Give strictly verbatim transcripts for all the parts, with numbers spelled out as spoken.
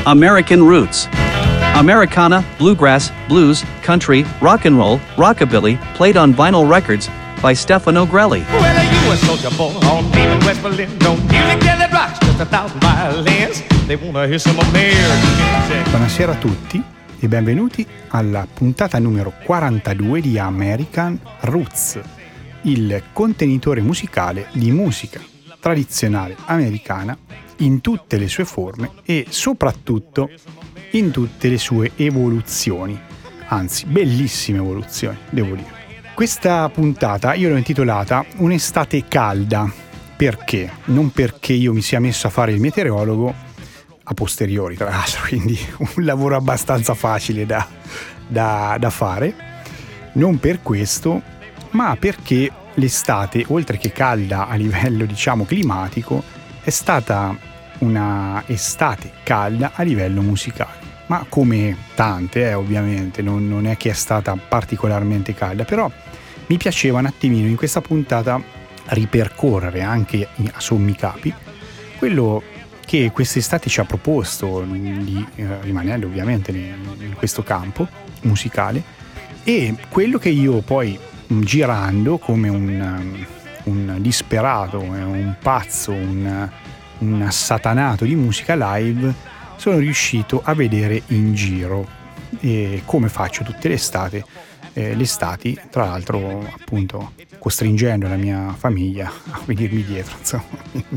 American roots. Americana, bluegrass, blues, country, rock and roll, rockabilly, played on vinyl records by Stefano Grelli. Well, you a soldier boy on deep in West Berlin. No music that rocks just a thousand violins. They wanna hear some American music. Buonasera a tutti e benvenuti alla puntata numero quarantadue di American Roots, il contenitore musicale di musica tradizionale americana in tutte le sue forme e soprattutto in tutte le sue evoluzioni, anzi bellissime evoluzioni, devo dire. Questa puntata io l'ho intitolata Un'estate calda. Perché? Non perché io mi sia messo a fare il meteorologo a posteriori, tra l'altro, quindi un lavoro abbastanza facile da, da, da fare, non per questo, ma perché l'estate, oltre che calda a livello diciamo climatico, è stata una estate calda a livello musicale, ma come tante eh, ovviamente, non, non è che è stata particolarmente calda, però mi piaceva un attimino in questa puntata ripercorrere anche a sommi capi quello che quest'estate ci ha proposto, di, eh, rimanendo ovviamente in questo campo musicale, e quello che io poi girando come un, un disperato, un pazzo, un, un assatanato di musica live sono riuscito a vedere in giro, e come faccio tutte le estate, eh, le estati, tra l'altro appunto costringendo la mia famiglia a venirmi dietro, insomma,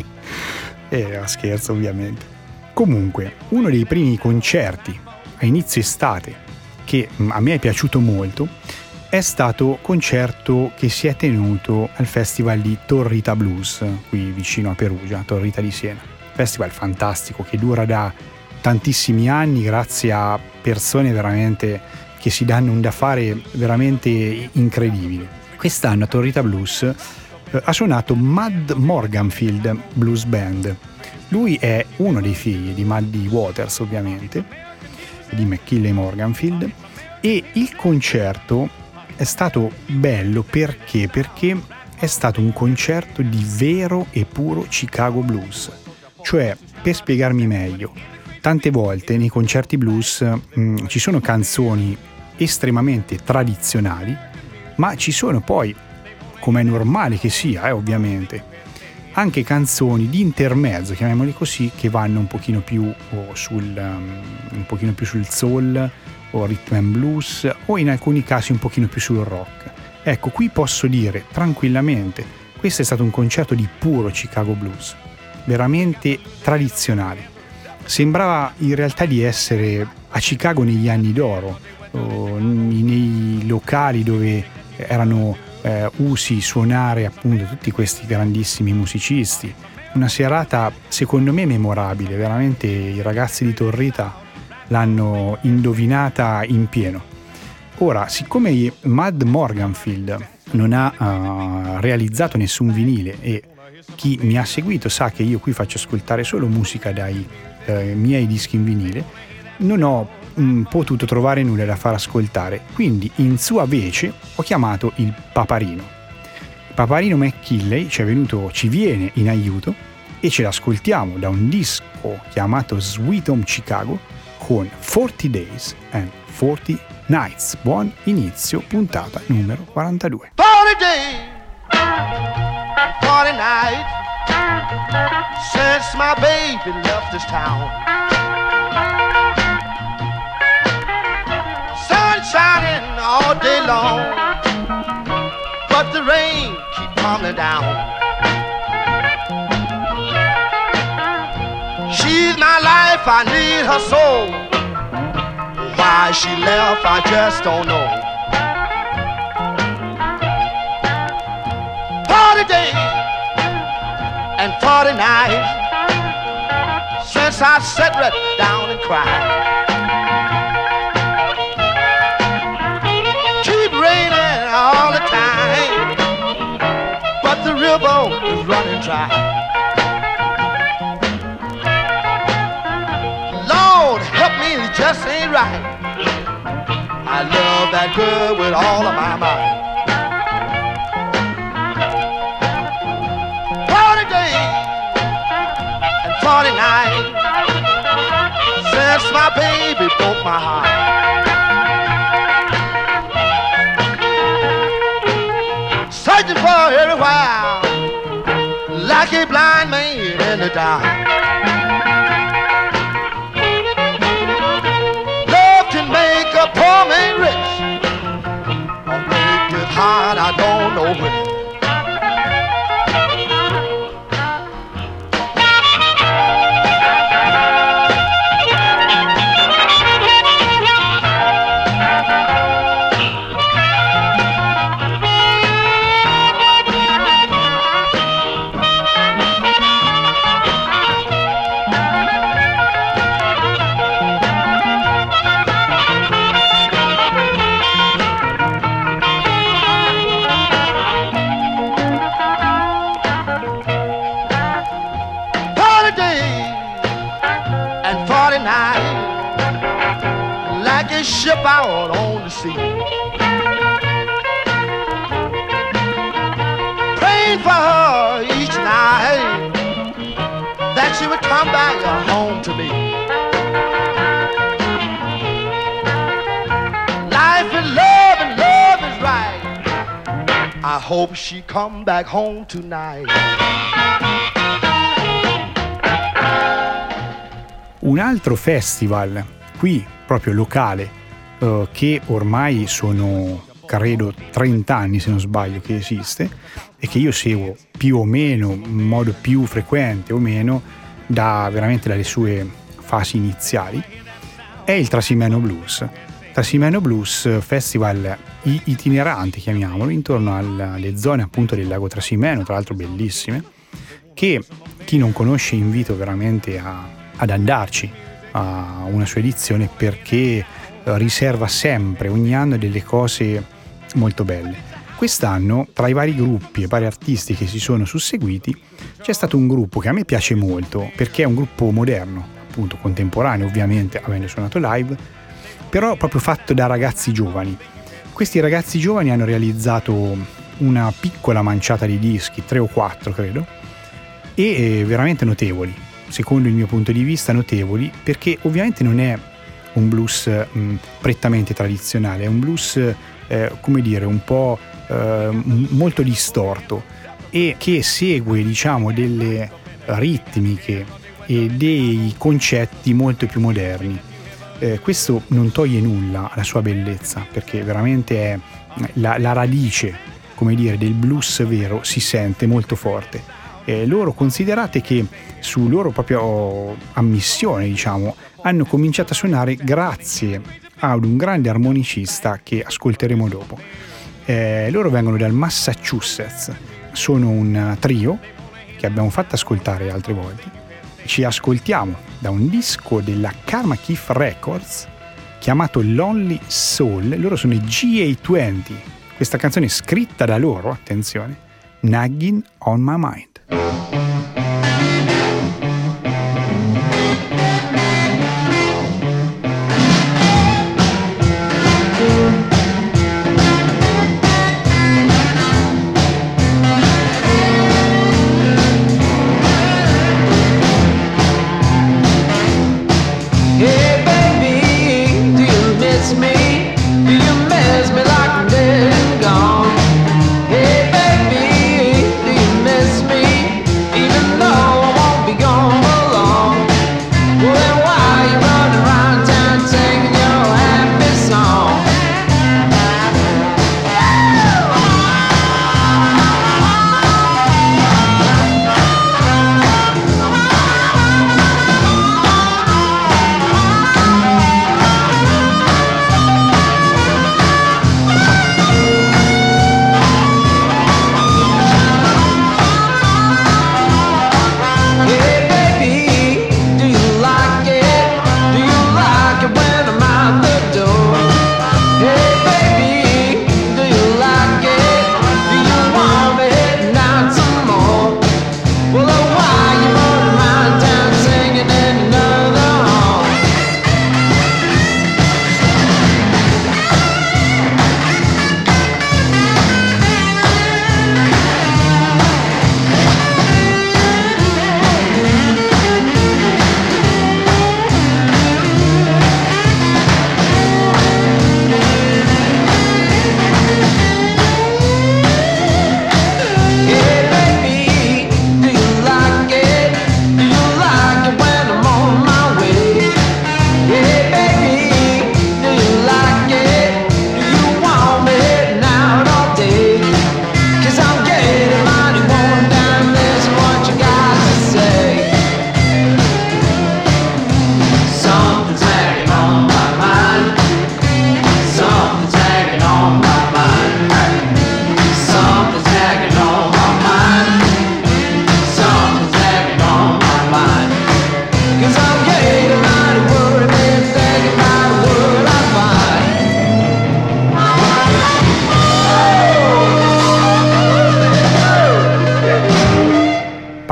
e a scherzo ovviamente. Comunque, uno dei primi concerti a inizio estate che a me è piaciuto molto è stato concerto che si è tenuto al Festival di Torrita Blues, qui vicino a Perugia, Torrita di Siena. Festival fantastico che dura da tantissimi anni grazie a persone veramente che si danno un da fare veramente incredibile. Quest'anno a Torrita Blues eh, ha suonato Mud Morganfield Blues Band. Lui è uno dei figli di Muddy Waters, ovviamente, di McKinley Morganfield, e il concerto è stato bello perché? Perché è stato un concerto di vero e puro Chicago Blues. Cioè, per spiegarmi meglio, tante volte nei concerti blues mh, ci sono canzoni estremamente tradizionali, ma ci sono poi, come è normale che sia, eh, ovviamente, anche canzoni di intermezzo, chiamiamoli così, che vanno un pochino più oh, sul um, un pochino più sul soul o rhythm and blues, o in alcuni casi un pochino più sul rock. Ecco, qui posso dire tranquillamente, questo è stato un concerto di puro Chicago Blues, veramente tradizionale. Sembrava in realtà di essere a Chicago negli anni d'oro, o nei locali dove erano eh, usi suonare appunto tutti questi grandissimi musicisti. Una serata secondo me memorabile, veramente i ragazzi di Torrita l'hanno indovinata in pieno. Ora, siccome Mud Morganfield non ha uh, realizzato nessun vinile e chi mi ha seguito sa che io qui faccio ascoltare solo musica dai eh, miei dischi in vinile, non ho mh, potuto trovare nulla da far ascoltare, quindi in sua vece ho chiamato il Paparino. Paparino McKinley ci è venuto, ci viene in aiuto e ce l'ascoltiamo da un disco chiamato Sweet Home Chicago con forty Days and forty Nights. Buon inizio puntata numero quarantadue. forty days, forty nights since my baby left this town. Sun shining all day long, but the rain keep coming down. She's my life, I need her so. Why she left, I just don't know. Forty days and forty nights since I sat right down and cried. Keep raining all the time, but the river is running dry. Lord help me, it just ain't right. I love that girl with all of my might. forty days and forty nights since really broke my heart. Searching for everywhere, like a blind man in the dark. Love can make a poor man rich, or make it hard, I don't know which. Ship out on the sea, praying for her each night that she would come back home to me. Life and love and love is right. I hope she come back home tonight. Un altro festival qui proprio locale, uh, che ormai sono credo trenta anni se non sbaglio che esiste e che io seguo più o meno in modo più frequente o meno da veramente dalle sue fasi iniziali, è il Trasimeno Blues. Trasimeno Blues Festival itinerante, chiamiamolo, intorno alle zone appunto del lago Trasimeno, tra l'altro bellissime, che chi non conosce invito veramente a, ad andarci a una sua edizione, perché riserva sempre ogni anno delle cose molto belle. Quest'anno, tra i vari gruppi e vari artisti che si sono susseguiti, c'è stato un gruppo che a me piace molto, perché è un gruppo moderno, appunto contemporaneo ovviamente, avendo suonato live, però proprio fatto da ragazzi giovani. Questi ragazzi giovani hanno realizzato una piccola manciata di dischi, tre o quattro credo, e veramente notevoli. Secondo il mio punto di vista notevoli, perché ovviamente non è un blues mh, prettamente tradizionale, è un blues eh, come dire un po' eh, molto distorto e che segue diciamo delle ritmiche e dei concetti molto più moderni. Eh, questo non toglie nulla alla sua bellezza, perché veramente è la, la radice, come dire, del blues vero, si sente molto forte. Eh, loro considerate che su loro proprio ammissione, diciamo, hanno cominciato a suonare grazie ad un grande armonicista che ascolteremo dopo. Eh, loro vengono dal Massachusetts, sono un trio che abbiamo fatto ascoltare altre volte. Ci ascoltiamo da un disco della Karma Keef Records chiamato Lonely Soul. Loro sono i G A venti. Questa canzone è scritta da loro, attenzione, Nagging on My Mind. Miss me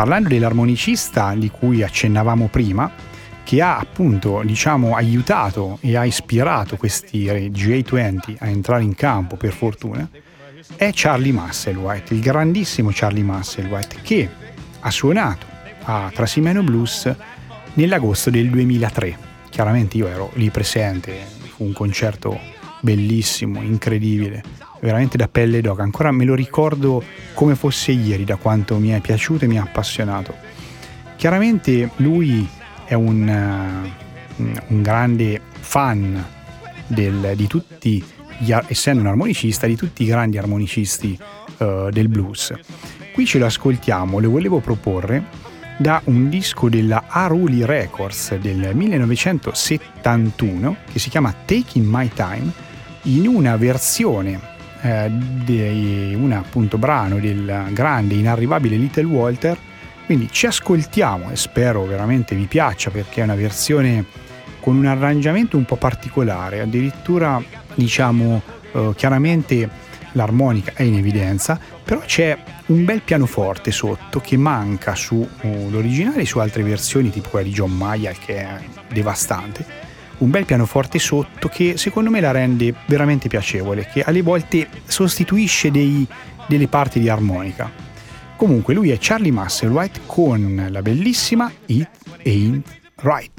parlando dell'armonicista di cui accennavamo prima, che ha appunto, diciamo, aiutato e ha ispirato questi G A venti a entrare in campo, per fortuna, è Charlie Musselwhite, il grandissimo Charlie Musselwhite, che ha suonato a Trasimeno Blues nell'agosto del duemilatré. Chiaramente io ero lì presente, fu un concerto bellissimo, incredibile, veramente da pelle d'oca, ancora me lo ricordo come fosse ieri, da quanto mi è piaciuto e mi ha appassionato. Chiaramente lui è un, un grande fan del, di tutti, gli, essendo un armonicista, di tutti i grandi armonicisti uh, del blues. Qui ce lo ascoltiamo, le volevo proporre da un disco della Aruli Records del millenovecentosettantuno che si chiama Taking My Time, in una versione eh, di un appunto brano del grande inarrivabile Little Walter. Quindi ci ascoltiamo e spero veramente vi piaccia, perché è una versione con un arrangiamento un po' particolare, addirittura diciamo eh, chiaramente l'armonica è in evidenza, però c'è un bel pianoforte sotto che manca su uh, l'originale e su altre versioni tipo quella di John Mayall, che è devastante. Un bel pianoforte sotto che secondo me la rende veramente piacevole, che alle volte sostituisce dei, delle parti di armonica. Comunque lui è Charlie Musselwhite con la bellissima It Ain't Right.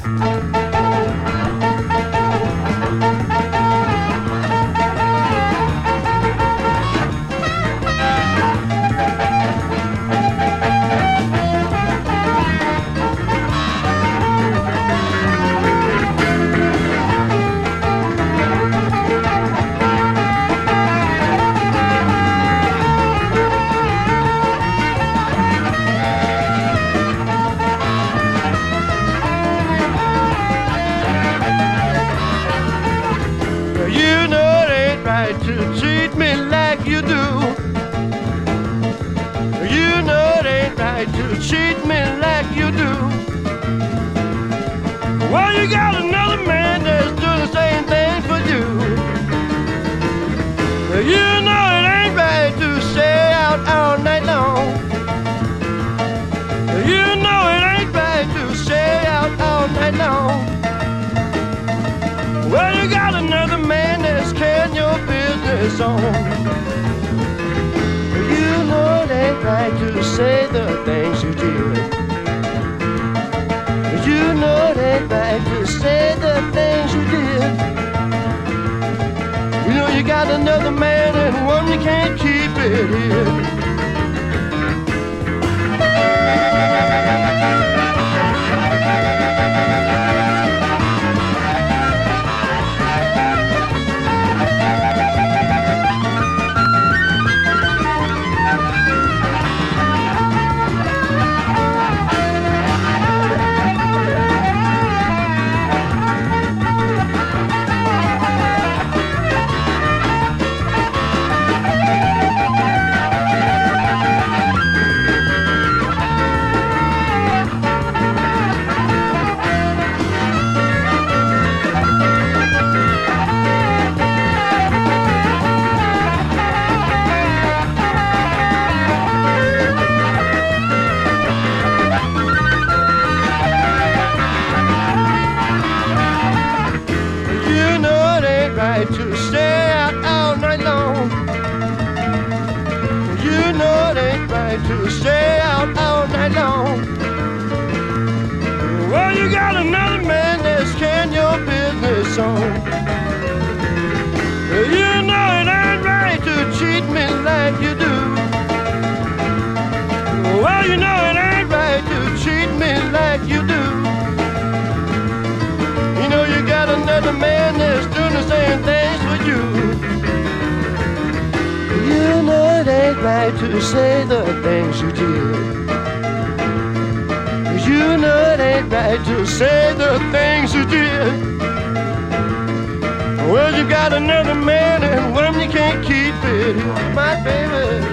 Treat me like you do. Well, you got another man that's doing the same thing for you. You know it ain't right to stay out all night long. You know it ain't right to stay out all night long. Well, you got another man that's carrying your business on. You know it ain't right to say the things you did. You know it ain't right to say the things you did. You know you got another man and one you can't keep it in. To stay out all night long. Well, you got another man that's carrying your business on. You know it ain't right to treat me like you do. Well, you know it ain't right to treat me like you do. You know you got another man that's doing the same things for you. You know it ain't right to say the things you did. You know it ain't right to say the things you did. Well, you got another man and one you can't keep it. My baby.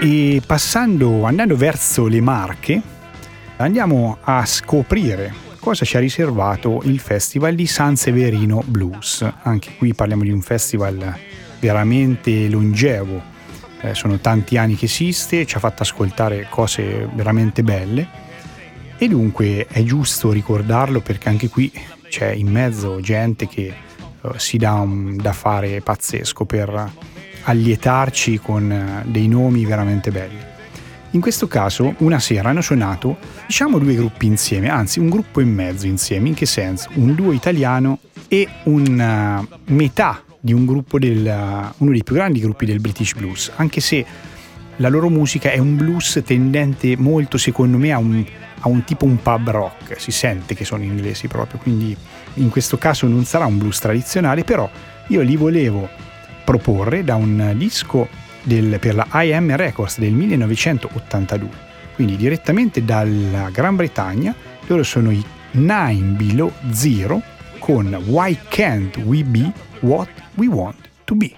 E passando, andando verso le Marche, andiamo a scoprire cosa ci ha riservato il Festival di San Severino Blues. Anche qui parliamo di un festival veramente longevo, eh, sono tanti anni che esiste, ci ha fatto ascoltare cose veramente belle e dunque è giusto ricordarlo, perché anche qui c'è in mezzo gente che uh, si dà un da fare pazzesco per allietarci con uh, dei nomi veramente belli. In questo caso una sera hanno suonato, diciamo, due gruppi insieme, anzi un gruppo e mezzo insieme. In che senso? Un duo italiano e una uh, metà di un gruppo del uh, uno dei più grandi gruppi del British Blues, anche se la loro musica è un blues tendente molto, secondo me, a un, a un tipo un pub rock. Si sente che sono inglesi proprio, quindi in questo caso non sarà un blues tradizionale, però io li volevo proporre da un disco Del, per la I M Records del millenovecentottantadue, quindi direttamente dalla Gran Bretagna. Loro sono i Nine Below Zero con Why Can't We Be What We Want to Be.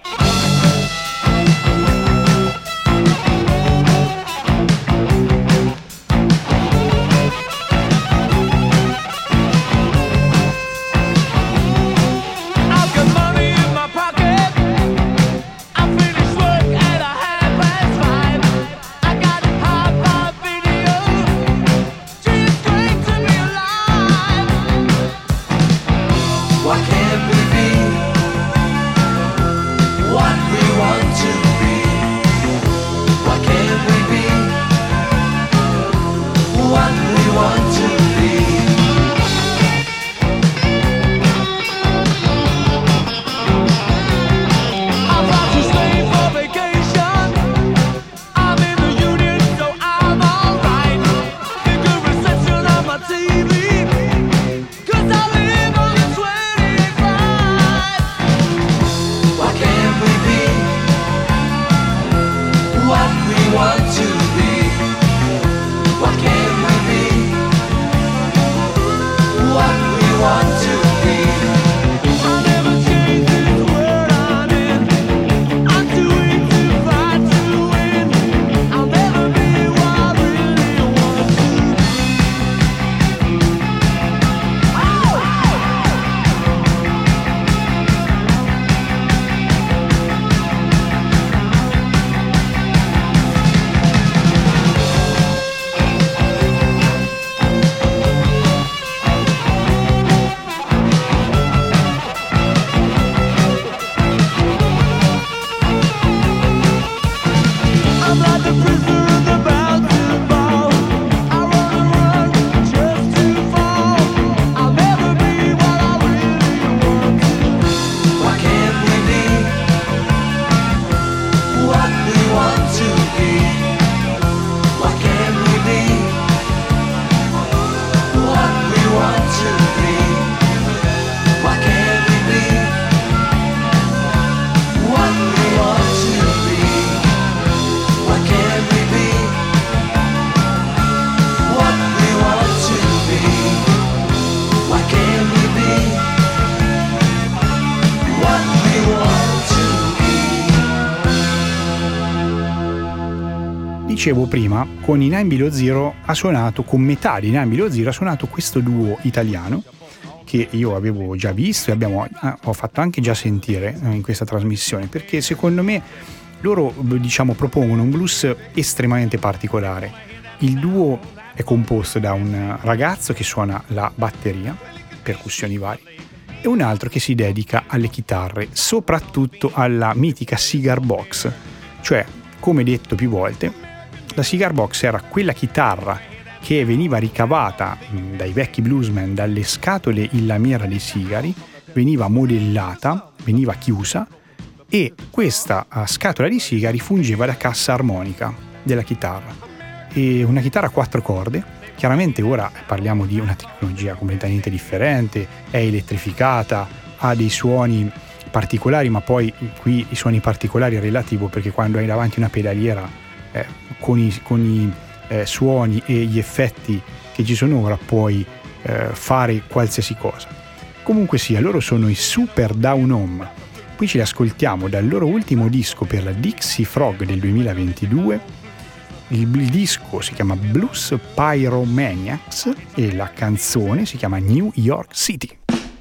Dicevo prima, con i Nine Below Zero ha suonato, con metà di Nine Below Zero ha suonato questo duo italiano che io avevo già visto e abbiamo, eh, ho fatto anche già sentire eh, in questa trasmissione, perché secondo me loro, diciamo, propongono un blues estremamente particolare. Il duo è composto da un ragazzo che suona la batteria, percussioni varie, e un altro che si dedica alle chitarre, soprattutto alla mitica cigar box. Cioè, come detto più volte, la cigar box era quella chitarra che veniva ricavata dai vecchi bluesmen dalle scatole in lamiera dei sigari, veniva modellata, veniva chiusa, e questa scatola di sigari fungeva da cassa armonica della chitarra. E una chitarra a quattro corde, chiaramente ora parliamo di una tecnologia completamente differente, è elettrificata, ha dei suoni particolari, ma poi qui i suoni particolari è relativo, perché quando hai davanti una pedaliera eh, con i, con i eh, suoni e gli effetti che ci sono ora puoi eh, fare qualsiasi cosa. Comunque sia, loro sono i Super Down Home. Qui ce li ascoltiamo dal loro ultimo disco per la Dixie Frog del duemilaventidue, Il, il disco si chiama Blues Pyromaniacs e la canzone si chiama New York City.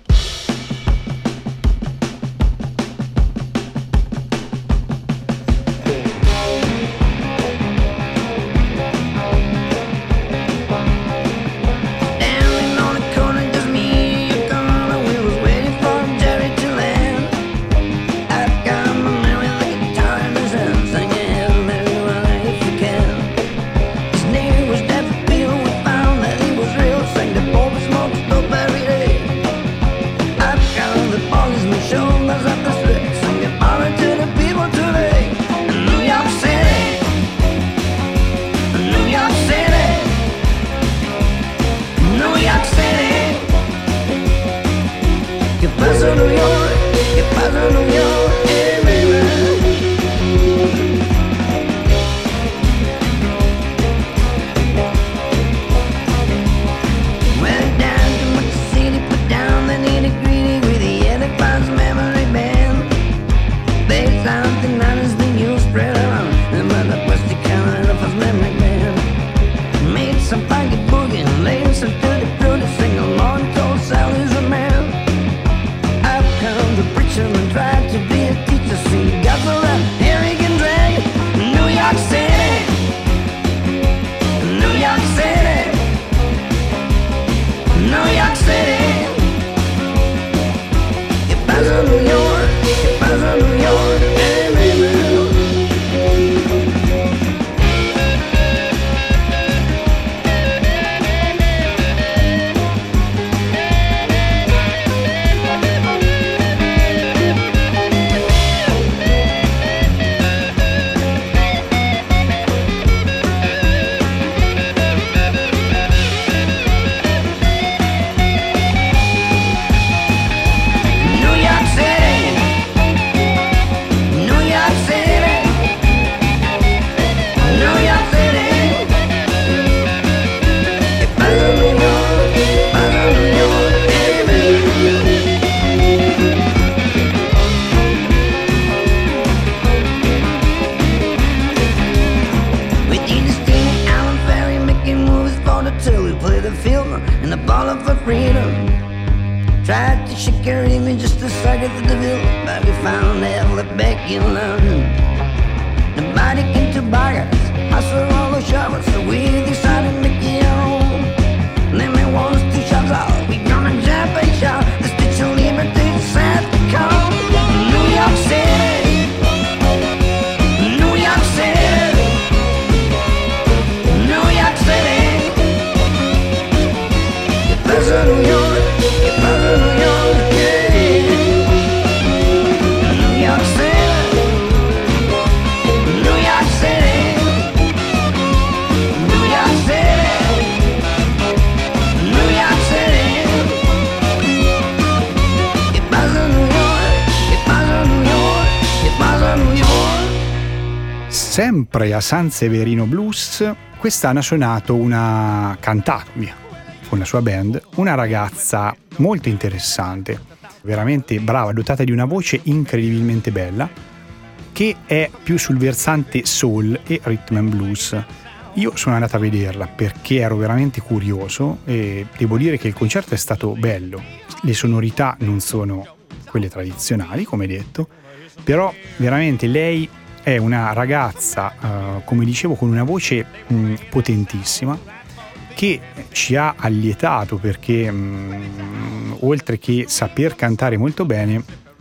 Sempre a San Severino Blues quest'anno ha suonato una cantato via con la sua band una ragazza molto interessante, veramente brava, dotata di una voce incredibilmente bella, che è più sul versante soul e rhythm and blues. Io sono andato a vederla perché ero veramente curioso e devo dire che il concerto è stato bello. Le sonorità non sono quelle tradizionali, come detto, però veramente lei è una ragazza, uh, come dicevo, con una voce mh, potentissima, che ci ha allietato perché mh, oltre che saper cantare molto bene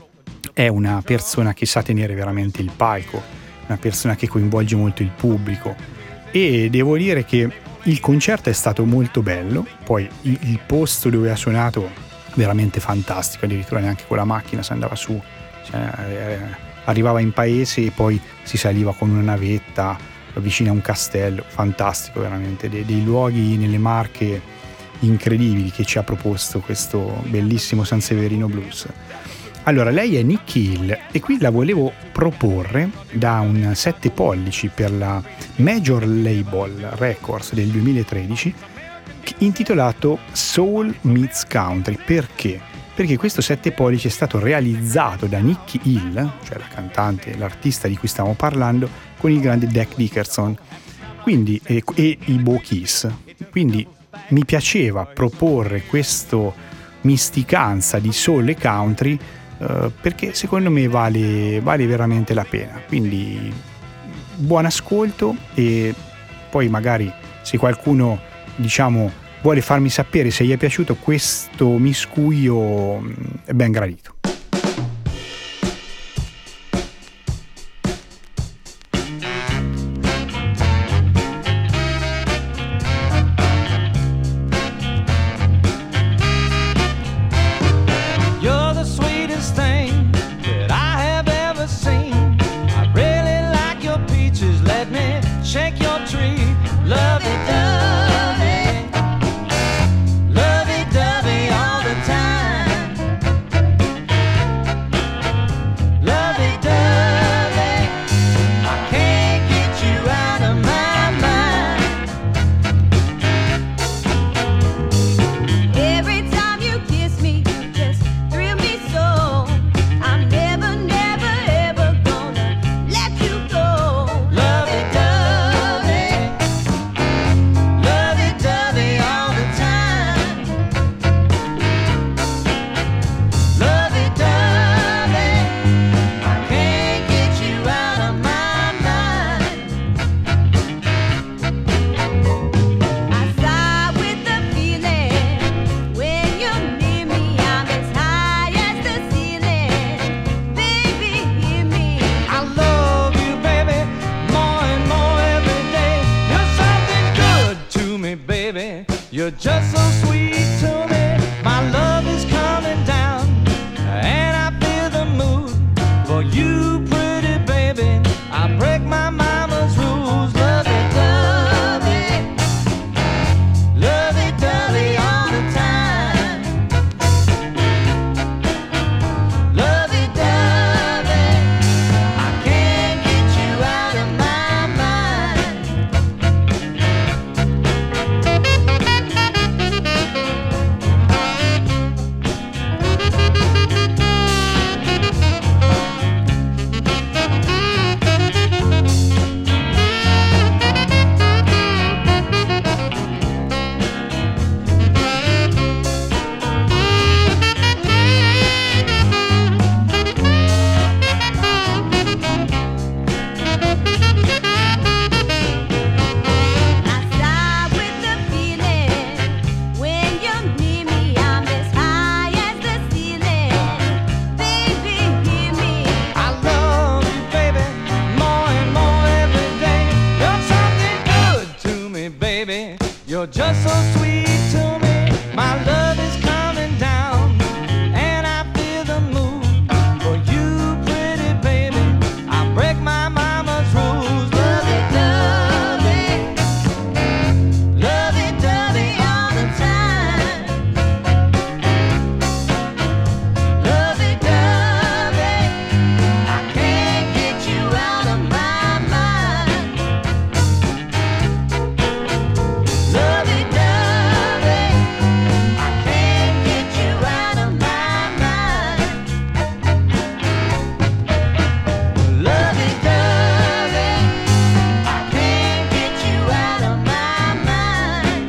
è una persona che sa tenere veramente il palco, una persona che coinvolge molto il pubblico, e devo dire che il concerto è stato molto bello. Poi il, il posto dove ha suonato veramente fantastico, addirittura neanche con la macchina si andava su, cioè, eh, arrivava in paese e poi si saliva con una navetta vicino a un castello, fantastico veramente, dei, dei luoghi nelle Marche incredibili che ci ha proposto questo bellissimo San Severino Blues. Allora, lei è Nikki Hill e qui la volevo proporre da un sette pollici per la Major Label Records del duemilatredici, intitolato Soul Meets Country. Perché? Perché questo sette pollici è stato realizzato da Nikki Hill, cioè la cantante, l'artista di cui stiamo parlando, con il grande Dak Dickerson. quindi, e, e i Bo Kiss. Quindi mi piaceva proporre questo misticanza di soul e country eh, perché secondo me vale, vale veramente la pena. Quindi buon ascolto, e poi magari se qualcuno, diciamo, vuole farmi sapere se gli è piaciuto questo miscuglio, è ben gradito. You're just so sweet to me. My love is coming down, and I feel the mood for you, pretty baby. I break my mama's rules. Lovey-dovey, lovey-dovey all the time. Lovey-dovey, I can't get you out of my mind. You're just so sweet to me. My love is coming down, and I feel the mood for you, pretty baby. I break my mama's rules. Lovey-dovey, lovey-dovey all the time. Lovey-dovey, I can't get you out of my mind. Lovey-dovey, I can't get you out of my mind. Lovey-dovey, I can't get you out of my mind.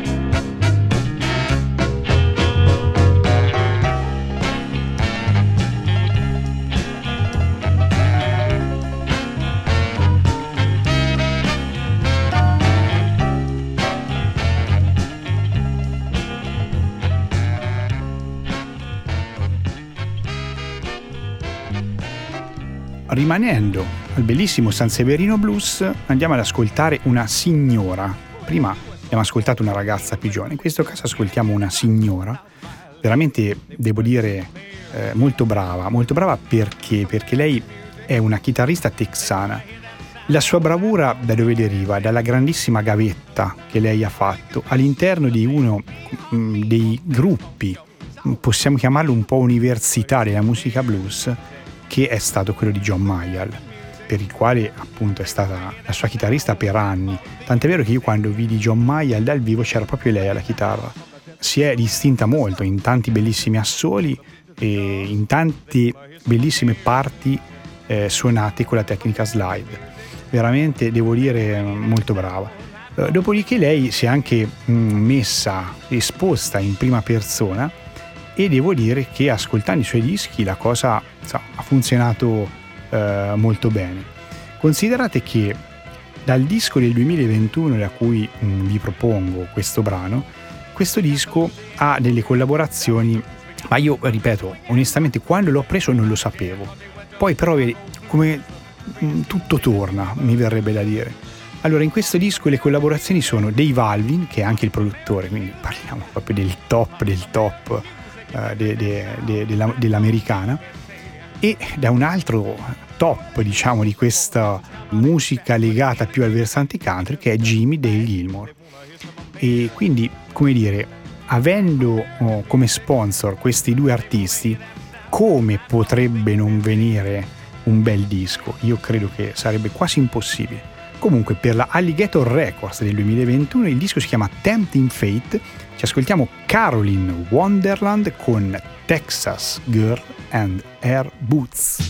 Rimanendo al bellissimo San Severino Blues, andiamo ad ascoltare una signora. Prima abbiamo ascoltato una ragazza pigione, in questo caso ascoltiamo una signora, veramente devo dire eh, molto brava, molto brava perché? Perché lei è una chitarrista texana. La sua bravura da dove deriva? Dalla grandissima gavetta che lei ha fatto all'interno di uno mh, dei gruppi, possiamo chiamarlo un po' università della musica blues, che è stato quello di John Mayall, per il quale appunto è stata la sua chitarrista per anni. Tant'è vero che io quando vidi John Mayall dal vivo c'era proprio lei alla chitarra. Si è distinta molto in tanti bellissimi assoli e in tante bellissime parti eh, suonate con la tecnica slide. Veramente devo dire molto brava. Uh, dopodiché lei si è anche mh, messa, esposta in prima persona, e devo dire che ascoltando i suoi dischi la cosa so, ha funzionato uh, molto bene. Considerate che dal disco del duemilaventuno da cui mh, vi propongo questo brano, questo disco ha delle collaborazioni, ma io ripeto, onestamente quando l'ho preso non lo sapevo. Poi però come mh, tutto torna, mi verrebbe da dire. Allora, in questo disco le collaborazioni sono Dave Alvin, che è anche il produttore, quindi parliamo proprio del top del top uh, de, de, de, de la, dell'americana, e da un altro top, diciamo, di questa musica legata più al versante country, che è Jimmy Dale Gilmore. E quindi, come dire, avendo oh, come sponsor questi due artisti, come potrebbe non venire un bel disco? Io credo che sarebbe quasi impossibile. Comunque, per la Alligator Records del duemilaventuno il disco si chiama Tempting Fate. Ci ascoltiamo Carolyn Wonderland con Texas Girl and Air Boots.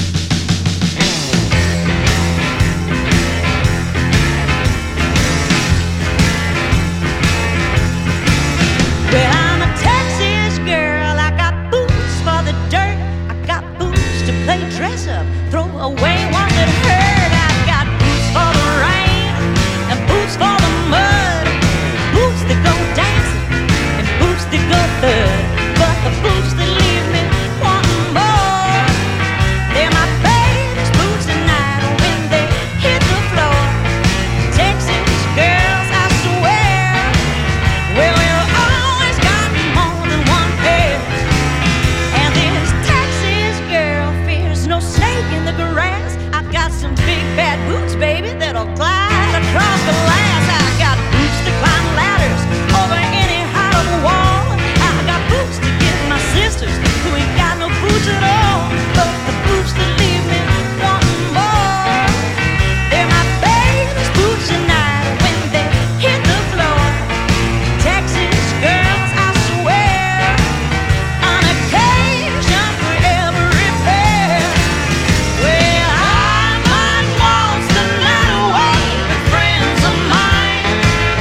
Well, I'm a Texas girl, I got boots for the dirt, I got boots to play dress up, throw away one that hurt. I got boots for the rain, and boots for the mud, boots that go dancing, and boots that go thud, but the boots that leave me wanting more, they're my baby's boots tonight when they hit the floor. Texas girls, I swear, well, we'll always got more than one pair. And this Texas girl fears no snake in the grass. I got some big bad boots, baby, that'll glide across the glass. I got boots to climb ladders over any height of a wall. I got boots to get my sisters who ain't got no boots at all. But the boots that leave me wanting more, they're my baby's boots tonight when they hit the floor. Texas girls, I swear, on occasion for every pair. Well, I might waltz the night away with friends of mine,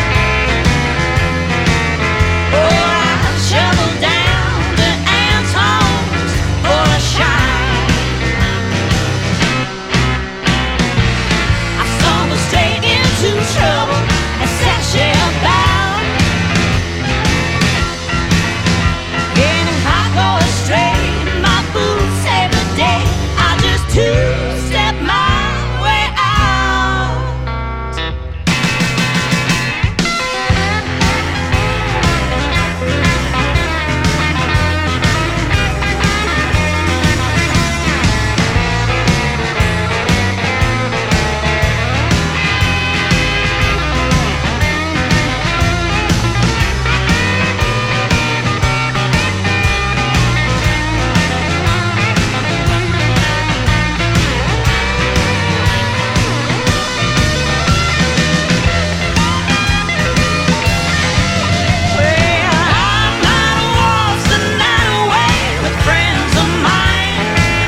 or I shovel down to ants' homes for a shine. I stumble straight into trouble and sashay about. And if I go astray, my boots save the day. I just two-step my way out. Well, I might waltz the night away with friends of mine,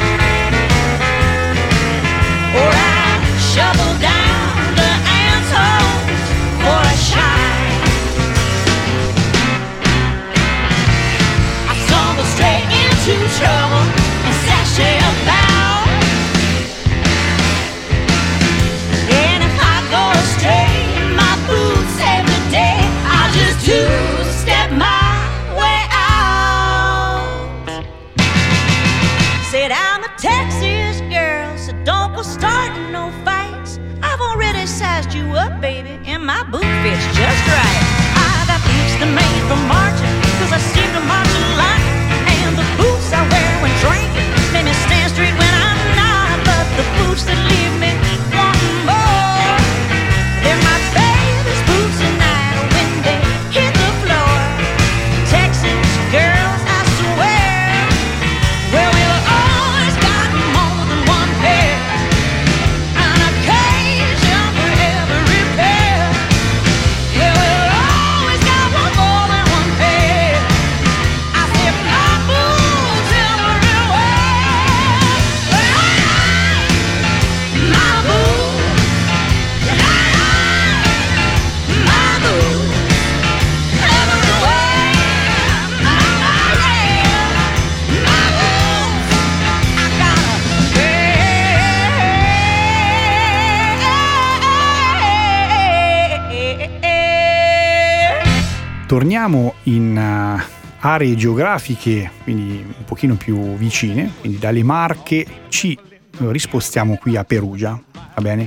or I shovel down the ants' holes for a shine. I stumble straight into trouble and sashay about. And if I go astray, my boots save the day. I just two-step my way out. Said I'm a Texas girl, so don't go starting no fights. I've already sized you up, baby, and my boot fits just right. I got boots that made for marching, cause I seem to march a lot. And the boots I wear when drinking make me stand straight when I'm not. But the boots that leave me wanting more, they're my baby's boots tonight when they hit the floor. Texas girls, I swear, well, we've always got more than one pair. On occasion for every pair. Well, we've always got one more than one pair. I said my boots everywhere. My Torniamo in uh, aree geografiche, quindi un pochino più vicine, quindi dalle Marche ci rispostiamo qui a Perugia, va bene?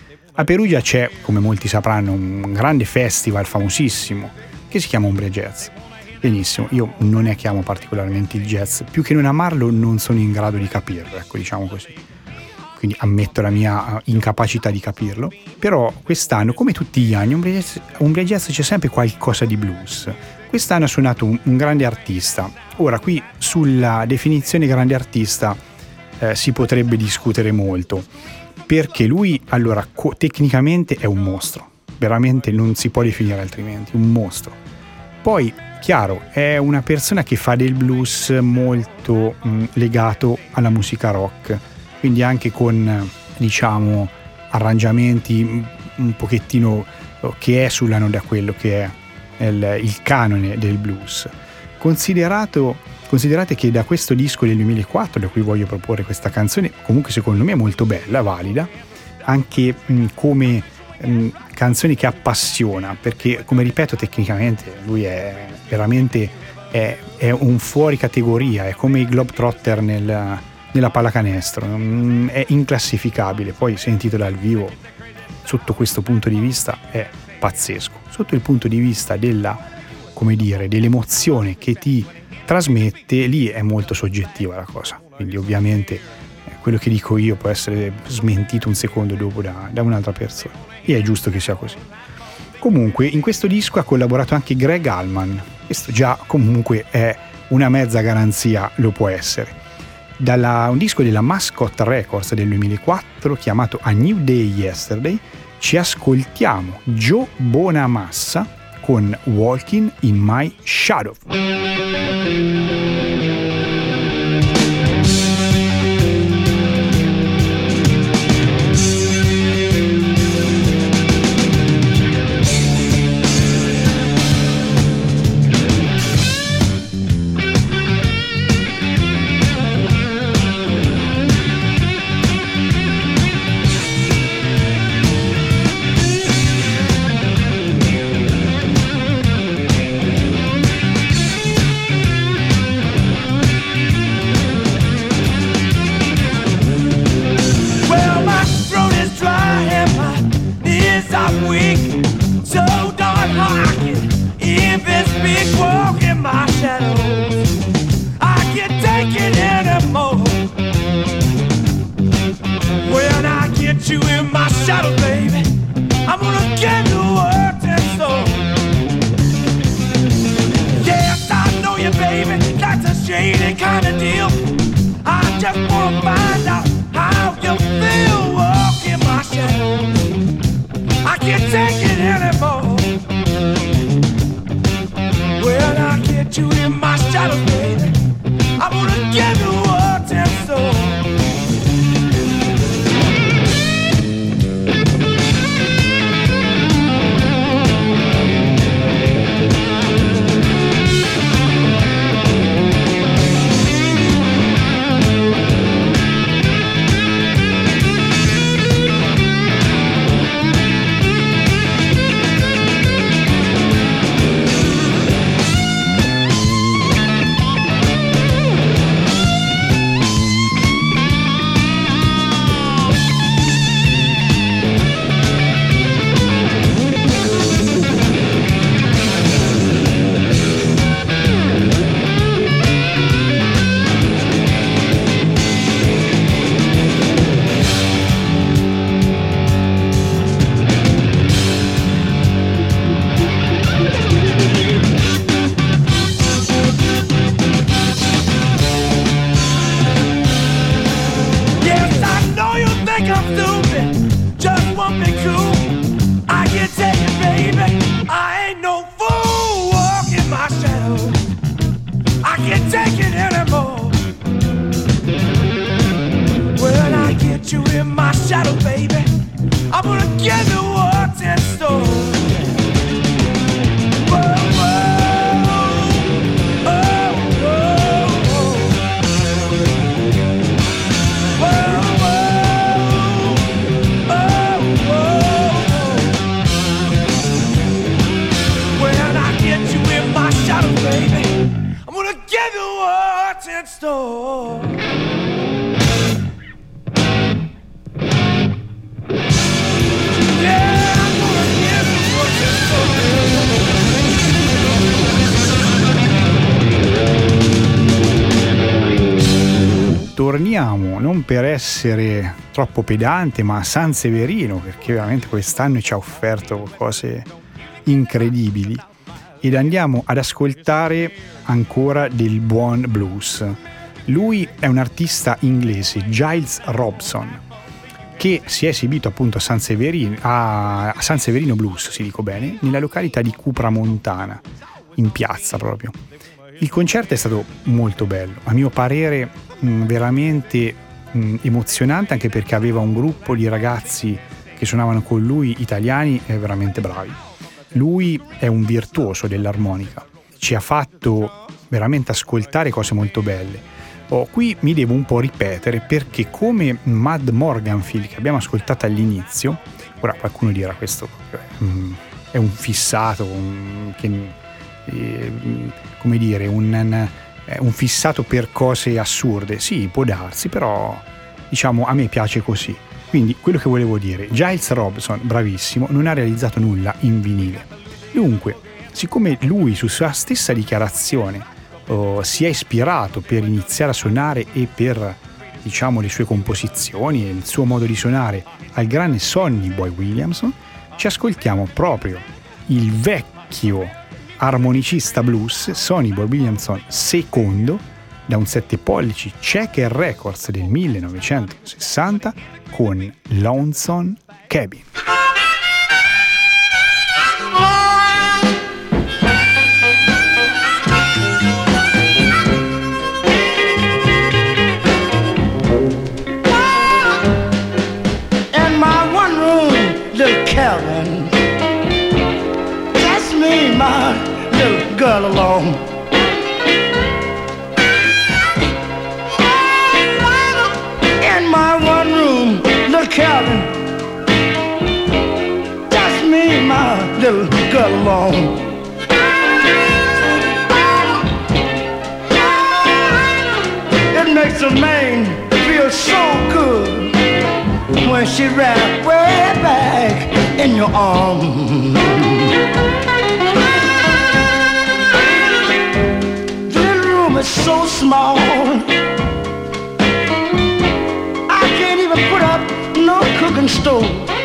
A Perugia c'è, come molti sapranno, un grande festival famosissimo che si chiama Umbria Jazz. Benissimo, io non ne chiamo particolarmente il jazz, più che non amarlo non sono in grado di capirlo, ecco, diciamo così. Quindi ammetto la mia incapacità di capirlo, però quest'anno, come tutti gli anni, Umbria Jazz, Umbria Jazz c'è sempre qualcosa di blues. Quest'anno ha suonato un, un grande artista. Ora, qui sulla definizione grande artista eh, si potrebbe discutere molto, perché lui, allora, co- tecnicamente è un mostro, veramente non si può definire altrimenti, un mostro. Poi, chiaro, è una persona che fa del blues molto mh, legato alla musica rock, quindi anche con, diciamo, arrangiamenti un pochettino che esulano da quello che è il, il canone del blues. Considerato, considerate che da questo disco del duemilaquattro, da cui voglio proporre questa canzone, comunque secondo me è molto bella, valida, anche mh, come mh, canzone che appassiona, perché, come ripeto, tecnicamente lui è veramente è, è un fuori categoria, è come i Globetrotter nel, nella pallacanestro, è inclassificabile. Poi sentito dal vivo, sotto questo punto di vista è pazzesco, sotto il punto di vista della, come dire, dell'emozione che ti trasmette, lì è molto soggettiva la cosa, quindi ovviamente eh, quello che dico io può essere smentito un secondo dopo da, da un'altra persona, e è giusto che sia così. Comunque in questo disco ha collaborato anche Greg Allman, questo già comunque è una mezza garanzia, lo può essere. Dalla, un disco della Mascot Records del duemilaquattro chiamato A New Day Yesterday ci ascoltiamo Joe Bonamassa con Walking in My Shadow. When I get you next door. Yeah, I'm gonna get what you stole. Torniamo, non per essere troppo pedante, ma a San Severino, perché veramente quest'anno ci ha offerto cose incredibili, ed andiamo ad ascoltare ancora del buon blues. Lui è un artista inglese, Giles Robson, che si è esibito appunto a San Severino, a San Severino Blues, si dico bene, nella località di Cupra Montana, in piazza proprio. Il concerto è stato molto bello, a mio parere mh, veramente mh, emozionante, anche perché aveva un gruppo di ragazzi che suonavano con lui, italiani, e veramente bravi. Lui è un virtuoso dell'armonica, ci ha fatto veramente ascoltare cose molto belle. Oh, qui mi devo un po' ripetere, perché come Mad Morganfield che abbiamo ascoltato all'inizio, ora qualcuno dirà questo mm, è un fissato, un, che, eh, come dire, un, un, un fissato per cose assurde. Sì, può darsi, però diciamo a me piace così. Quindi quello che volevo dire, Giles Robson, bravissimo, non ha realizzato nulla in vinile. Dunque, siccome lui su sua stessa dichiarazione oh, si è ispirato per iniziare a suonare e per, diciamo, le sue composizioni e il suo modo di suonare al grande Sonny Boy Williamson, ci ascoltiamo proprio il vecchio armonicista blues Sonny Boy Williamson secondo, da un sette pollici Checker Records del millenovecentosessanta, con Lonesome Cabin. In my one room little cabin, just me and my little girl alone. My one room little cabin, just me and my little girl alone. It makes a man feel so good when she wraps way back in your arms. The little room is so small, put up no cooking stove.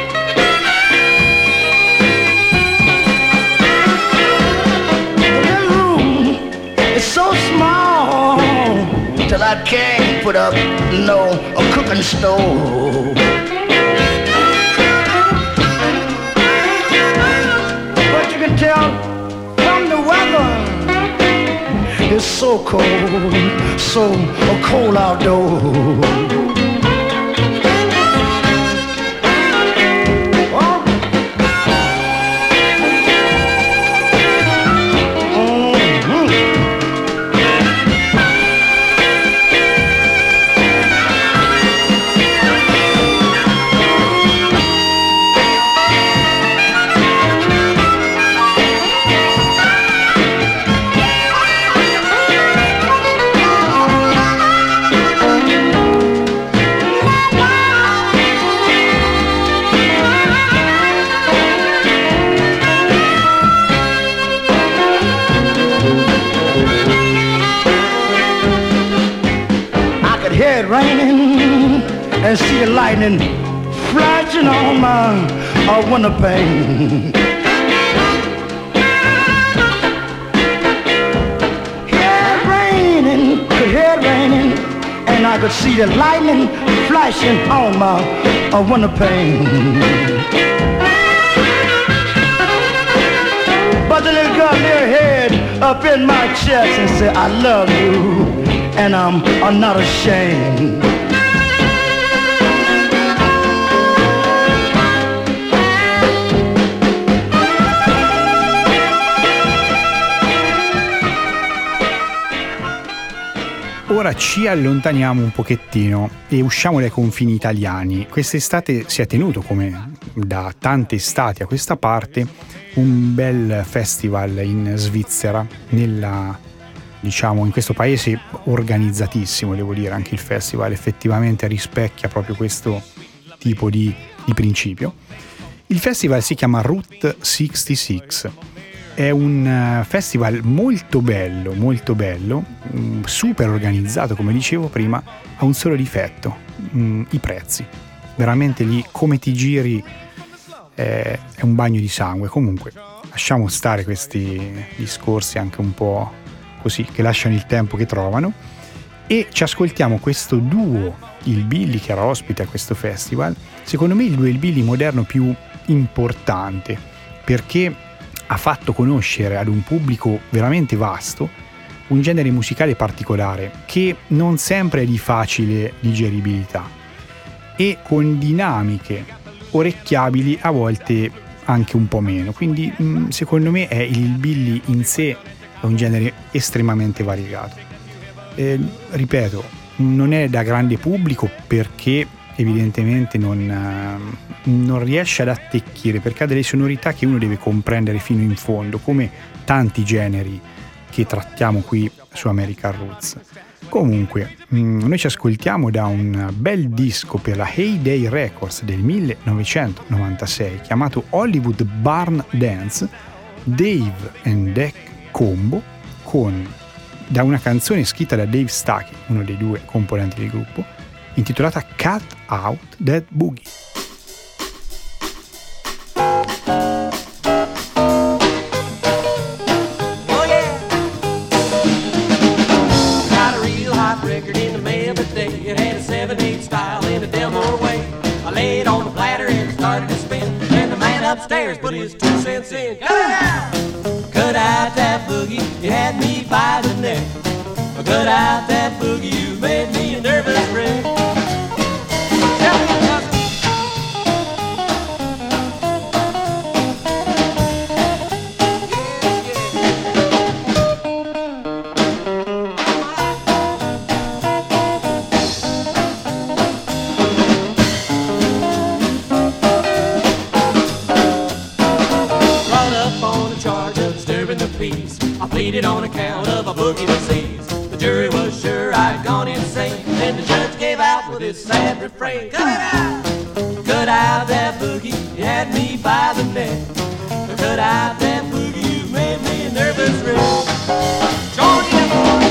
The little room is so small till I can't put up no a cooking stove. But you can tell from the weather, it's so cold, so cold outdoors. Raining and see the lightning flashing on my uh, window pane. Hear it raining, could hear it raining, and I could see the lightning flashing on my uh, window pane. But the little girl near her head up in my chest and said, I love you, and I'm, I'm not ashamed. Ora ci allontaniamo un pochettino e usciamo dai confini italiani. Quest'estate si è tenuto, come da tante estati a questa parte, un bel festival in Svizzera, nella diciamo in questo paese organizzatissimo, devo dire, anche il festival effettivamente rispecchia proprio questo tipo di, di principio. Il festival si chiama Route sessantasei, è un festival molto bello, molto bello, super organizzato, come dicevo prima, ha un solo difetto, i prezzi. Veramente lì come ti giri eh, è un bagno di sangue. Comunque lasciamo stare questi discorsi anche un po' così, che lasciano il tempo che trovano, e ci ascoltiamo questo duo, il Billy, che era ospite a questo festival. Secondo me il duo il Billy moderno più importante, perché ha fatto conoscere ad un pubblico veramente vasto un genere musicale particolare che non sempre è di facile digeribilità e con dinamiche orecchiabili a volte anche un po' meno. Quindi mh, secondo me è il Billy in sé è un genere estremamente variegato. Eh, ripeto, non è da grande pubblico perché evidentemente non, non riesce ad attecchire, perché ha delle sonorità che uno deve comprendere fino in fondo, come tanti generi che trattiamo qui su American Roots. Comunque, noi ci ascoltiamo da un bel disco per la Heyday Records del millenovecentonovantasei chiamato Hollywood Barn Dance, Dave and Deck Combo, con, da una canzone scritta da Dave Stuckey, uno dei due componenti del gruppo, intitolata Cut Out That Boogie. Oh yeah, got a real hot record in the mail today. It had a seven eight style in a Delmore way. I laid on the platter and started to spin, and the man upstairs put his two cents in. Cut it out, cut out that boogie, you had me by the neck. Cut out that boogie, you made me a nervous wreck. I pleaded on account of a boogie disease. The jury was sure I'd gone insane, and the judge gave out with his sad refrain. Cut it out, cut out that boogie, you had me by the neck. Cut out that boogie, you made me a nervous wreck. Georgia boy.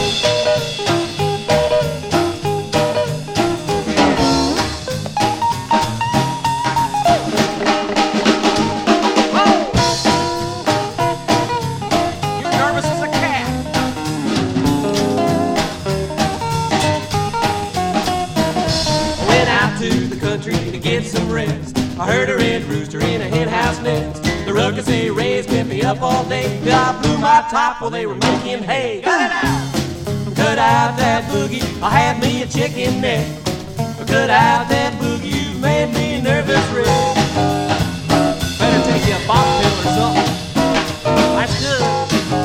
I heard a red rooster in a hen house nest. The ruckus they raised kept me up all day. I blew my top while they were making hay. Cut it out, cut out that boogie, I had me a chicken neck. Cut out that boogie, you made me a nervous wreck. Better take you a bottle pill or something. That's good.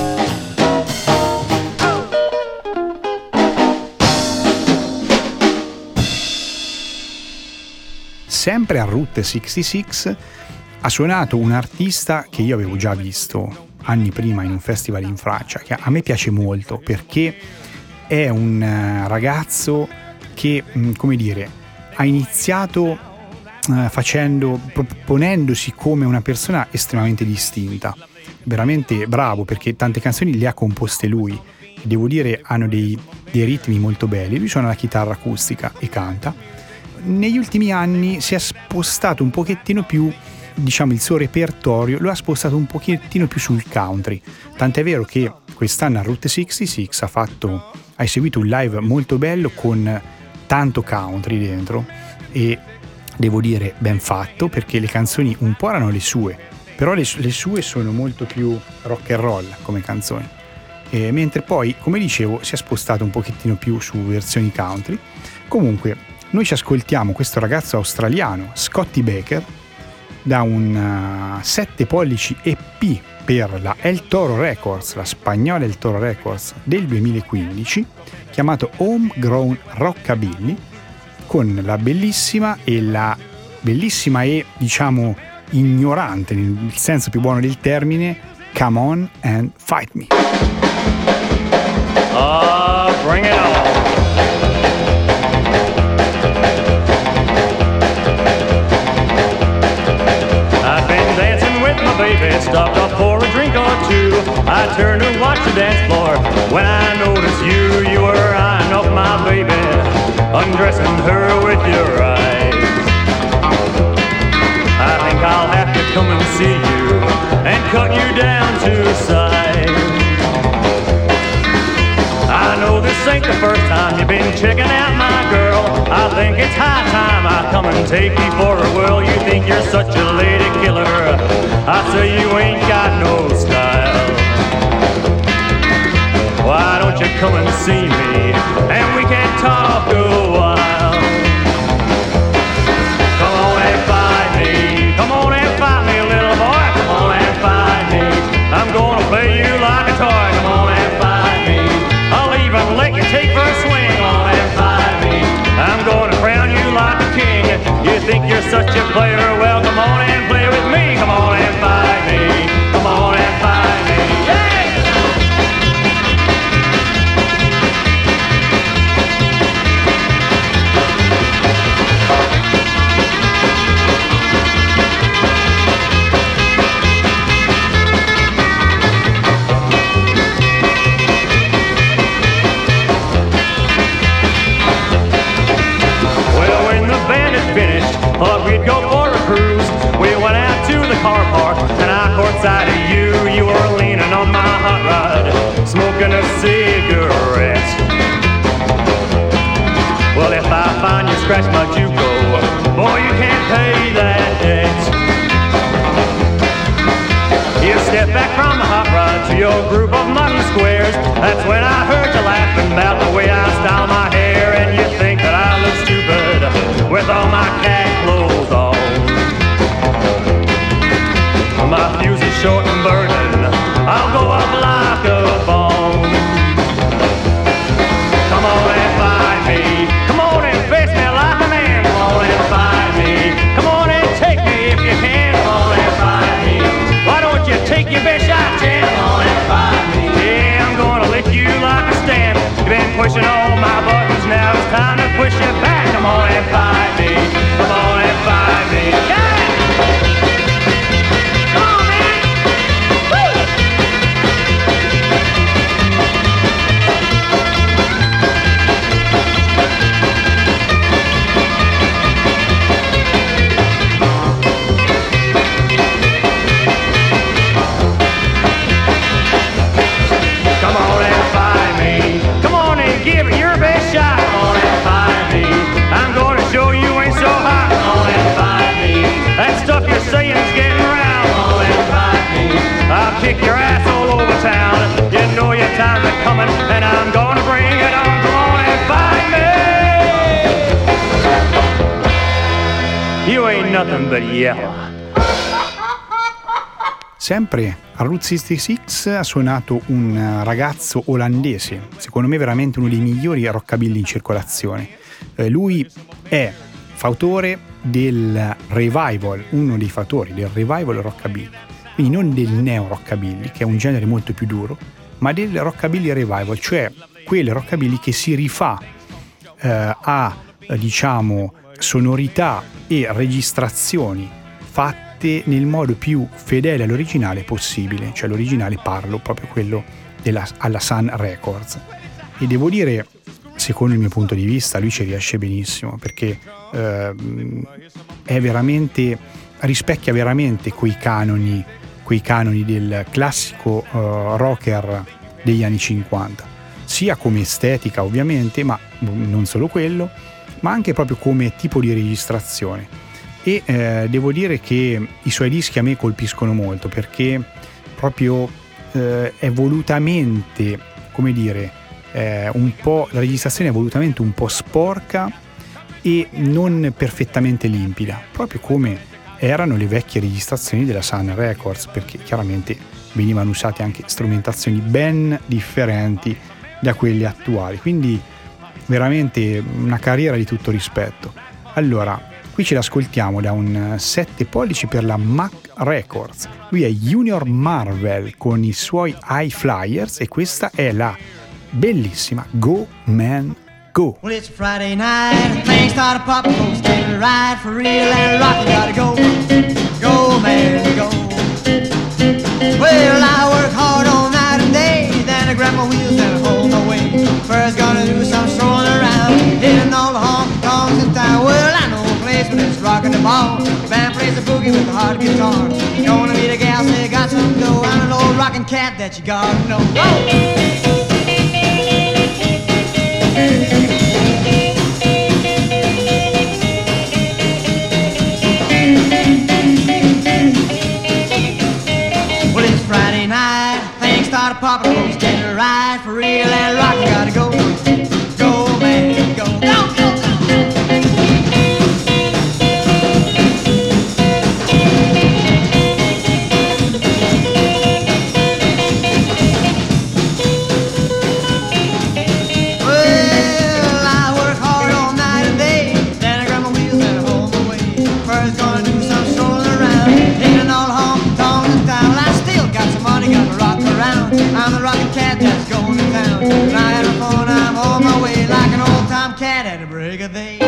Sempre a Route sessantasei ha suonato un artista che io avevo già visto anni prima in un festival in Francia, che a me piace molto perché è un ragazzo che, come dire, ha iniziato facendo, proponendosi come una persona estremamente distinta, veramente bravo, perché tante canzoni le ha composte lui, devo dire hanno dei, dei ritmi molto belli. Lui suona la chitarra acustica e canta. Negli ultimi anni si è spostato un pochettino più, diciamo, il suo repertorio lo ha spostato un pochettino più sul country, tant'è vero che quest'anno a Route sessantasei ha fatto ha eseguito un live molto bello con tanto country dentro, e devo dire ben fatto, perché le canzoni un po' erano le sue, però le, le sue sono molto più rock and roll come canzoni, e mentre poi, come dicevo, si è spostato un pochettino più su versioni country. Comunque noi ci ascoltiamo questo ragazzo australiano, Scotty Baker, da un sette pollici E P per la El Toro Records, la spagnola El Toro Records del duemilaquindici, chiamato Homegrown Rockabilly, con la bellissima e la bellissima e, diciamo, ignorante, nel senso più buono del termine, Come On and Fight Me. Ah, bring it on. I've been dancing with my baby, stopped up for a drink or two. I turned to watch the dance floor when I noticed you. You were eyeing up my baby, undressing her with your eyes. I think I'll have to come and see you and cut you down to size. I know this ain't the first time you've been checking out my girl. I think it's high time I come and take you for a whirl. You think you're such a lady killer, I say you ain't got no style. Why don't you come and see me and we can talk a while? Come on and find me, come on and find me, little boy. Come on and find me, I'm gonna play you like a toy. Come on and find me, I'll even let you take first swing. Come on and find me, I'm gonna crown you like a king. You think you're such a player, well come on and play with me. Come on and find me, come on and find me, yeah! Thought we'd go for a cruise. We went out to the car park and I caught sight of you. You were leaning on my hot rod, smoking a cigarette. Well, if I find you scratch my Juco, boy, you can't pay that debt. You step back from the hot rod to your group of mutton squares. That's when I heard you laughing about the way I style my hair. And you think that I look stupid with all my cat clothes on. My fuse is short and burning, I'll go up like a bomb. Come on and find me, come on and face me like a man. Come on and find me, come on and take me if you can. Come on and find me, why don't you take your best shot, Jen? Come on and find me, yeah, I'm gonna lick you like a stand. You've been pushing all my buttons, now it's time to push you back. Come on and find me, come on and find me, yeah! Come on, man! Woo! Come on and find me, come on and give it your best shot. Come on and find me, I'm gonna show you ain't so hot. Come on and find me, that stuff you're saying's getting around. Come on and find me, I'll kick your ass all over town. You know your time's a coming and I'm gonna bring it on. Come on and find me, you ain't nothing but yellow. Sempre a Route sessantasei ha suonato un ragazzo olandese, secondo me veramente uno dei migliori rockabilly in circolazione. Eh, lui è fautore del revival, uno dei fautori del revival rockabilly, quindi non del neo rockabilly, che è un genere molto più duro, ma del rockabilly revival, cioè quel rockabilly che si rifà eh, a eh, diciamo sonorità e registrazioni fatte nel modo più fedele all'originale possibile, cioè l'originale parlo proprio quello della, alla Sun Records, e devo dire, secondo il mio punto di vista, lui ci riesce benissimo perché eh, è veramente, rispecchia veramente quei canoni quei canoni del classico uh, rocker degli anni cinquanta, sia come estetica ovviamente, ma non solo quello, ma anche proprio come tipo di registrazione. E eh, devo dire che i suoi dischi a me colpiscono molto perché proprio eh, è volutamente, come dire, eh, un po', la registrazione è volutamente un po' sporca e non perfettamente limpida, proprio come erano le vecchie registrazioni della Sun Records, perché chiaramente venivano usate anche strumentazioni ben differenti da quelle attuali, quindi veramente una carriera di tutto rispetto. Allora, qui ce l'ascoltiamo da un sette pollici per la Mac Records. Lui è Junior Marvel con i suoi High Flyers e questa è la bellissima Go Man Go. Well, it's Friday night, things start to pop, folks getting right for real and rock. You gotta go, go man, go. Well, I work hard all night and day, then I grab my wheels and hold my way. First gonna do some strolling around, hitting all the honky tonks in town. Well, I know a place where it's rocking the ball. The band plays a boogie with a hard guitar. Gonna meet a gal, say got some dough. I'm an old rockin' cat that you gotta know. Go! Friday night, things start to pop, folks getting right for real and rock. Gotta go, go man, go, go, go, go. Well, I work hard all night and day, then I grab my wheels and hold my way. First gonna do some strolling around, hitting all the honky tonks in town. I still got some money, got to rock around. I'm the rockin' cat that's going to town. And I had a phone, I'm on my way like an old time cat at a break of day.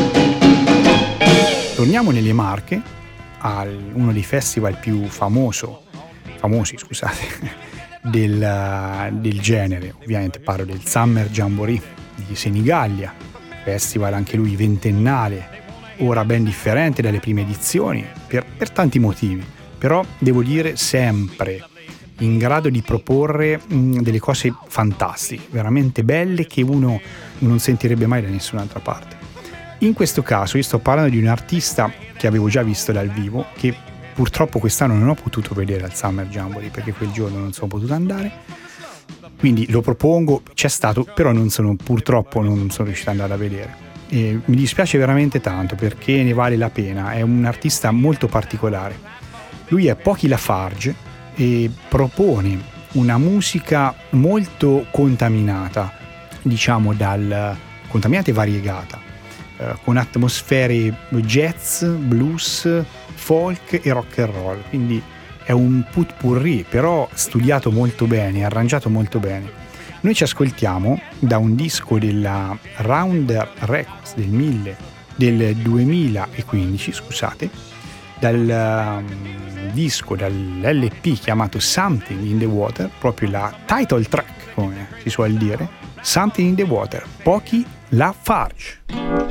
Torniamo nelle Marche, a uno dei festival più famoso, famosi scusate, del, del genere. Ovviamente parlo del Summer Jamboree di Senigallia, festival anche lui ventennale, ora ben differente dalle prime edizioni, per, per tanti motivi. Però devo dire sempre in grado di proporre mh, delle cose fantastiche, veramente belle, che uno non sentirebbe mai da nessun'altra parte. In questo caso io sto parlando di un artista che avevo già visto dal vivo, che purtroppo quest'anno non ho potuto vedere al Summer Jamboree perché quel giorno non sono potuto andare, quindi lo propongo, c'è stato, però non sono, purtroppo non sono riuscito ad andare a vedere. E mi dispiace veramente tanto perché ne vale la pena, è un artista molto particolare. Lui è Poky Lafarge e propone una musica molto contaminata, diciamo dal contaminata e variegata, eh, con atmosfere jazz, blues, folk e rock and roll. Quindi è un putpurri, però studiato molto bene, arrangiato molto bene. Noi ci ascoltiamo da un disco della Rounder Records del, mille, del duemilaquindici, scusate, dal um, disco, dall'L P chiamato Something in the Water, proprio la title track, come si suol dire, Something in the Water, Poky Lafarge.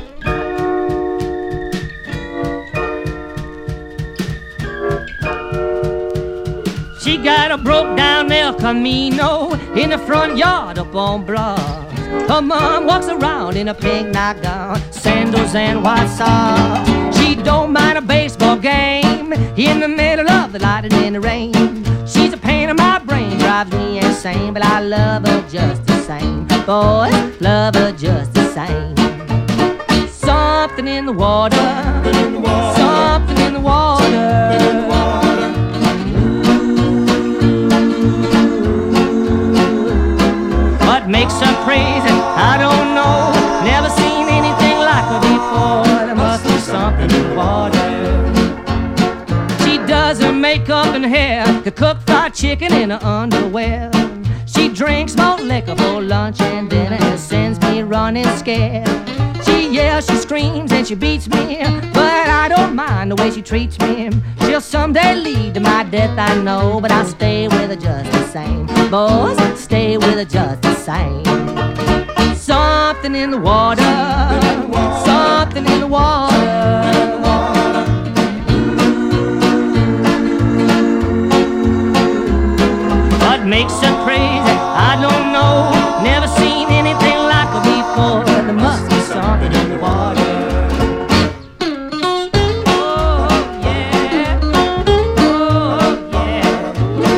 She got a broke down El Camino in the front yard up on Broad. Her mom walks around in a pink nightgown, sandals and white socks. She don't mind a baseball game in the middle of the light and in the rain. She's a pain in my brain, drives me insane, but I love her just the same. Boy, love her just the same. Something in the water, something in the water. What makes her crazy, I don't know. Never seen anything like her before. There must be something in the water. She does her makeup and hair, could cook fried chicken in her underwear. She drinks more liquor for lunch and dinner and sends me running scared. She yells, she screams, and she beats me, but I don't mind the way she treats me. She'll someday lead to my death, I know, but I'll stay with her just the same. Boys, stay with her just the same. Something in the water, something in the water. What makes her crazy, I don't know. Never seen anything like her before. There must be something in the water. Oh yeah, oh yeah.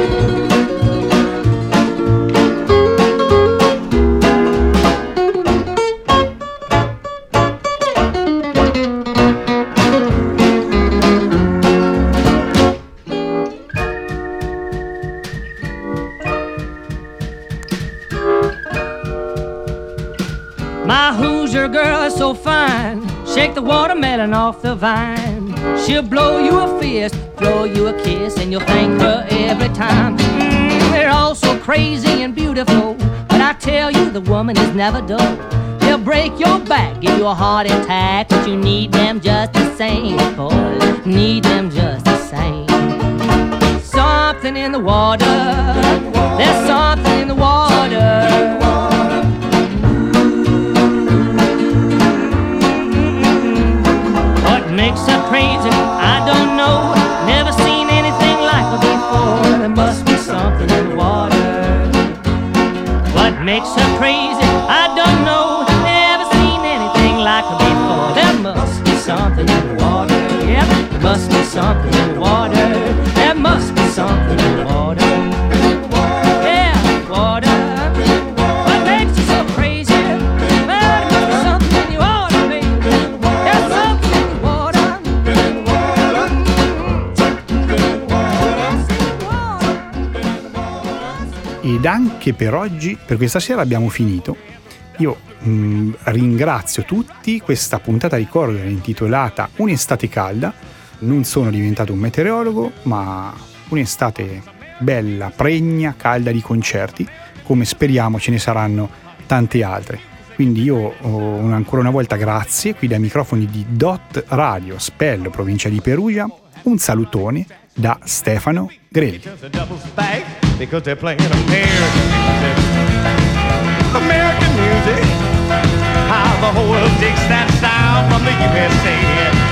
My Hoosier girl is so fine, shake the watermelon off the vine. She'll blow you a fist, blow you a kiss, and you'll thank her every time. Mm, they're all so crazy and beautiful, but I tell you, the woman is never dull. They'll break your back, give you a heart attack, but you need them just the same, boy. Need them just the same. Something in the water. There's something in the water. What makes her crazy? I don't know. Never seen anything like her before. There must be something in the water. What makes her crazy? I don't know. Never seen anything like her before. There must be something in the water. Yep, there must be something in the water. There must be something in the water. Yeah, water. What makes you so crazy? Well, there must be something in the water, baby. There's something in the water. Ed anche per oggi, per questa sera abbiamo finito. Io mh, ringrazio tutti. Questa puntata ricordo è intitolata Un'estate calda. Non sono diventato un meteorologo, ma un'estate bella, pregna, calda di concerti, come speriamo ce ne saranno tante altre. Quindi io oh, ancora una volta grazie qui dai microfoni di Dot Radio, Spello, provincia di Perugia. Un salutone da Stefano Grelli. Because they're playing American music. American music. How the whole world digs that sound from the U S A.